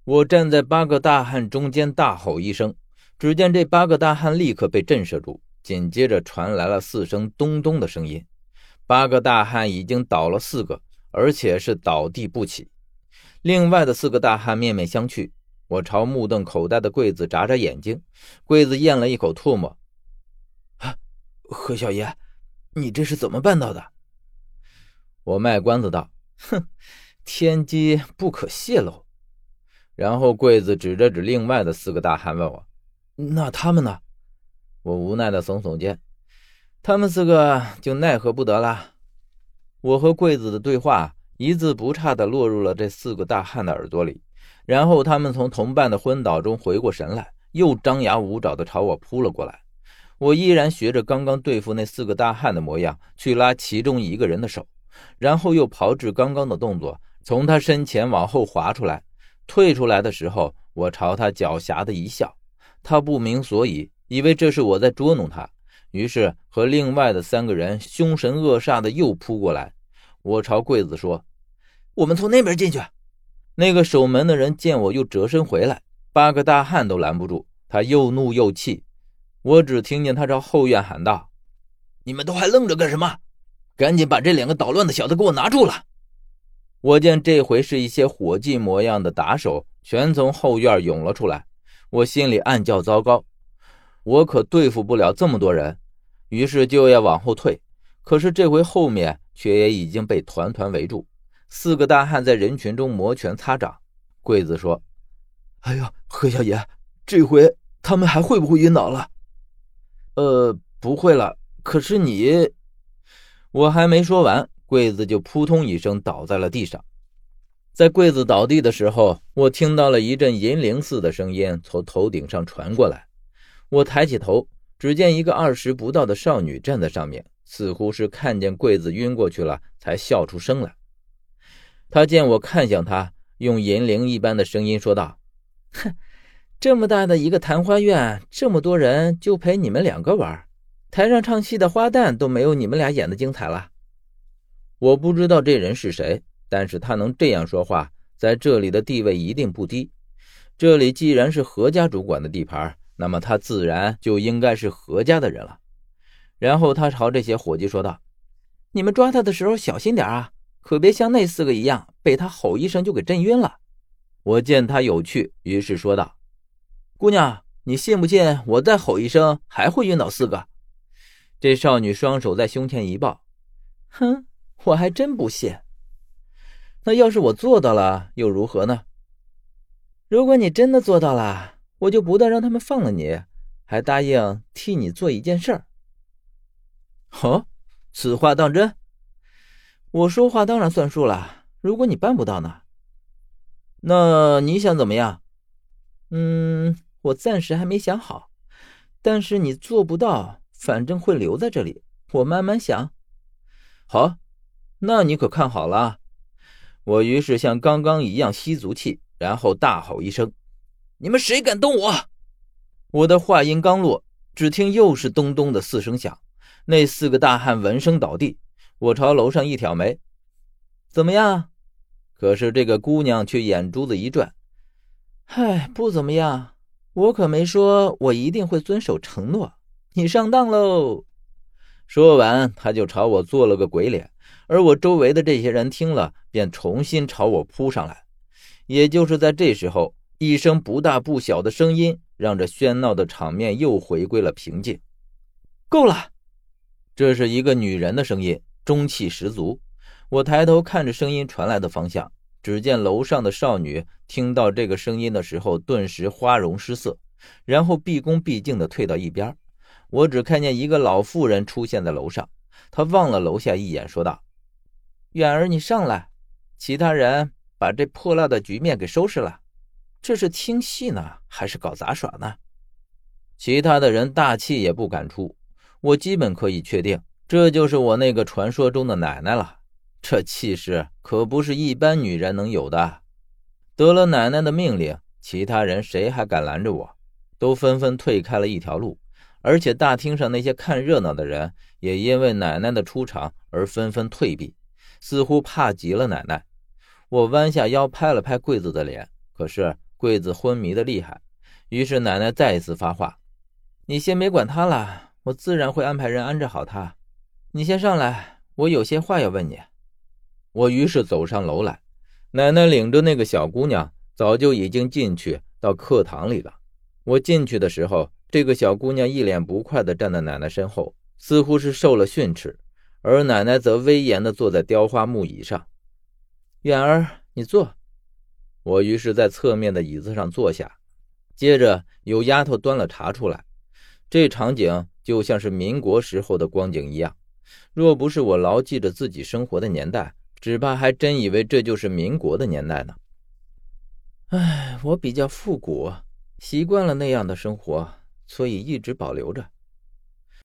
我站在8个大汉中间大吼一声，只见这8个大汉立刻被震慑住，紧接着传来了4声咚咚的声音。8个大汉已经倒了4个，而且是倒地不起。另外的4个大汉面面相觑，我朝目瞪口呆的柜子眨眨眼睛，柜子咽了一口唾沫。 何小爷，你这是怎么办到的？ 我卖关子道，天机不可泄露。然后柜子指着另外的4个大汉问我， 那他们呢？ 我无奈的耸耸肩，他们4个就奈何不得了。我和柜子的对话一字不差地落入了这4个大汉的耳朵里，然后他们从同伴的昏倒中回过神来，又张牙舞爪地朝我扑了过来。我依然学着刚刚对付那4个大汉的模样去拉其中一个人的手，然后又炮制刚刚的动作，从他身前往后滑出来。退出来的时候，我朝他狡黠的一笑，他不明所以，以为这是我在捉弄他，于是和另外的3个人凶神恶煞的又扑过来。我朝柜子说， 我们从那边进去。 那个守门的人见我又折身回来，8个大汉都拦不住，他又怒又气。我只听见他朝后院喊道， 你们都还愣着干什么？赶紧把这2个捣乱的小子给我拿住了。 我见这回是一些伙计模样的打手全从后院涌了出来，我心里暗叫糟糕，我可对付不了这么多人，于是就要往后退。可是这回后面却也已经被团团围住，4个大汉在人群中摩拳擦掌。柜子说， 哎呀，何小爷，这回他们还会不会晕倒了？ 不会了，可是你……我还没说完，柜子就扑通一声倒在了地上。在柜子倒地的时候，我听到了一阵银铃似的声音从头顶上传过来。我抬起头，只见一个20不到的少女站在上面，似乎是看见柜子晕过去了才笑出声来。她见我看向她，用银铃一般的声音说道，这么大的一个昙花院，这么多人就陪你们2个玩，台上唱戏的花旦都没有你们俩演的精彩了。我不知道这人是谁，但是他能这样说话，在这里的地位一定不低。这里既然是何家主管的地盘，那么他自然就应该是何家的人了。然后他朝这些伙计说道，你们抓他的时候小心点啊，可别像那4个一样被他吼一声就给震晕了。我见他有趣，于是说道，姑娘，你信不信我再吼一声还会晕倒4个？这少女双手在胸前一抱，哼，我还真不信。那要是我做到了又如何呢？如果你真的做到了，我就不但让他们放了你，还答应替你做一件事儿。此话当真？我说话当然算数了，如果你办不到呢？那你想怎么样？我暂时还没想好，但是你做不到，反正会留在这里，我慢慢想。好，那你可看好了。我于是像刚刚一样吸足气，然后大吼一声，你们谁敢动我？我的话音刚落，只听又是咚咚的4声响，那4个大汉闻声倒地。我朝楼上一挑眉，怎么样？可是这个姑娘却眼珠子一转，嗨，不怎么样，我可没说我一定会遵守承诺，你上当喽。说完，他就朝我做了个鬼脸，而我周围的这些人听了，便重新朝我扑上来。也就是在这时候，一声不大不小的声音，让这喧闹的场面又回归了平静。够了！这是一个女人的声音，中气十足。我抬头看着声音传来的方向，只见楼上的少女听到这个声音的时候，顿时花容失色，然后毕恭毕敬地退到一边。我只看见一个老妇人出现在楼上，她望了楼下一眼，说道，远儿你上来，其他人把这破烂的局面给收拾了。这是听戏呢，还是搞杂耍呢？其他的人大气也不敢出，我基本可以确定，这就是我那个传说中的奶奶了。这气势可不是一般女人能有的。得了奶奶的命令，其他人谁还敢拦着我，都纷纷退开了一条路。而且大厅上那些看热闹的人也因为奶奶的出场而纷纷退避，似乎怕极了奶奶。我弯下腰拍了拍柜子的脸，可是桂子昏迷的厉害，于是奶奶再一次发话：你先别管他了，我自然会安排人安置好他。你先上来，我有些话要问你。我于是走上楼来，奶奶领着那个小姑娘早就已经进去到课堂里了。我进去的时候，这个小姑娘一脸不快地站在奶奶身后，似乎是受了训斥，而奶奶则威严地坐在雕花木椅上。远儿，你坐。我于是在侧面的椅子上坐下，接着有丫头端了茶出来。这场景就像是民国时候的光景一样，若不是我牢记着自己生活的年代，只怕还真以为这就是民国的年代呢。我比较复古，习惯了那样的生活，所以一直保留着。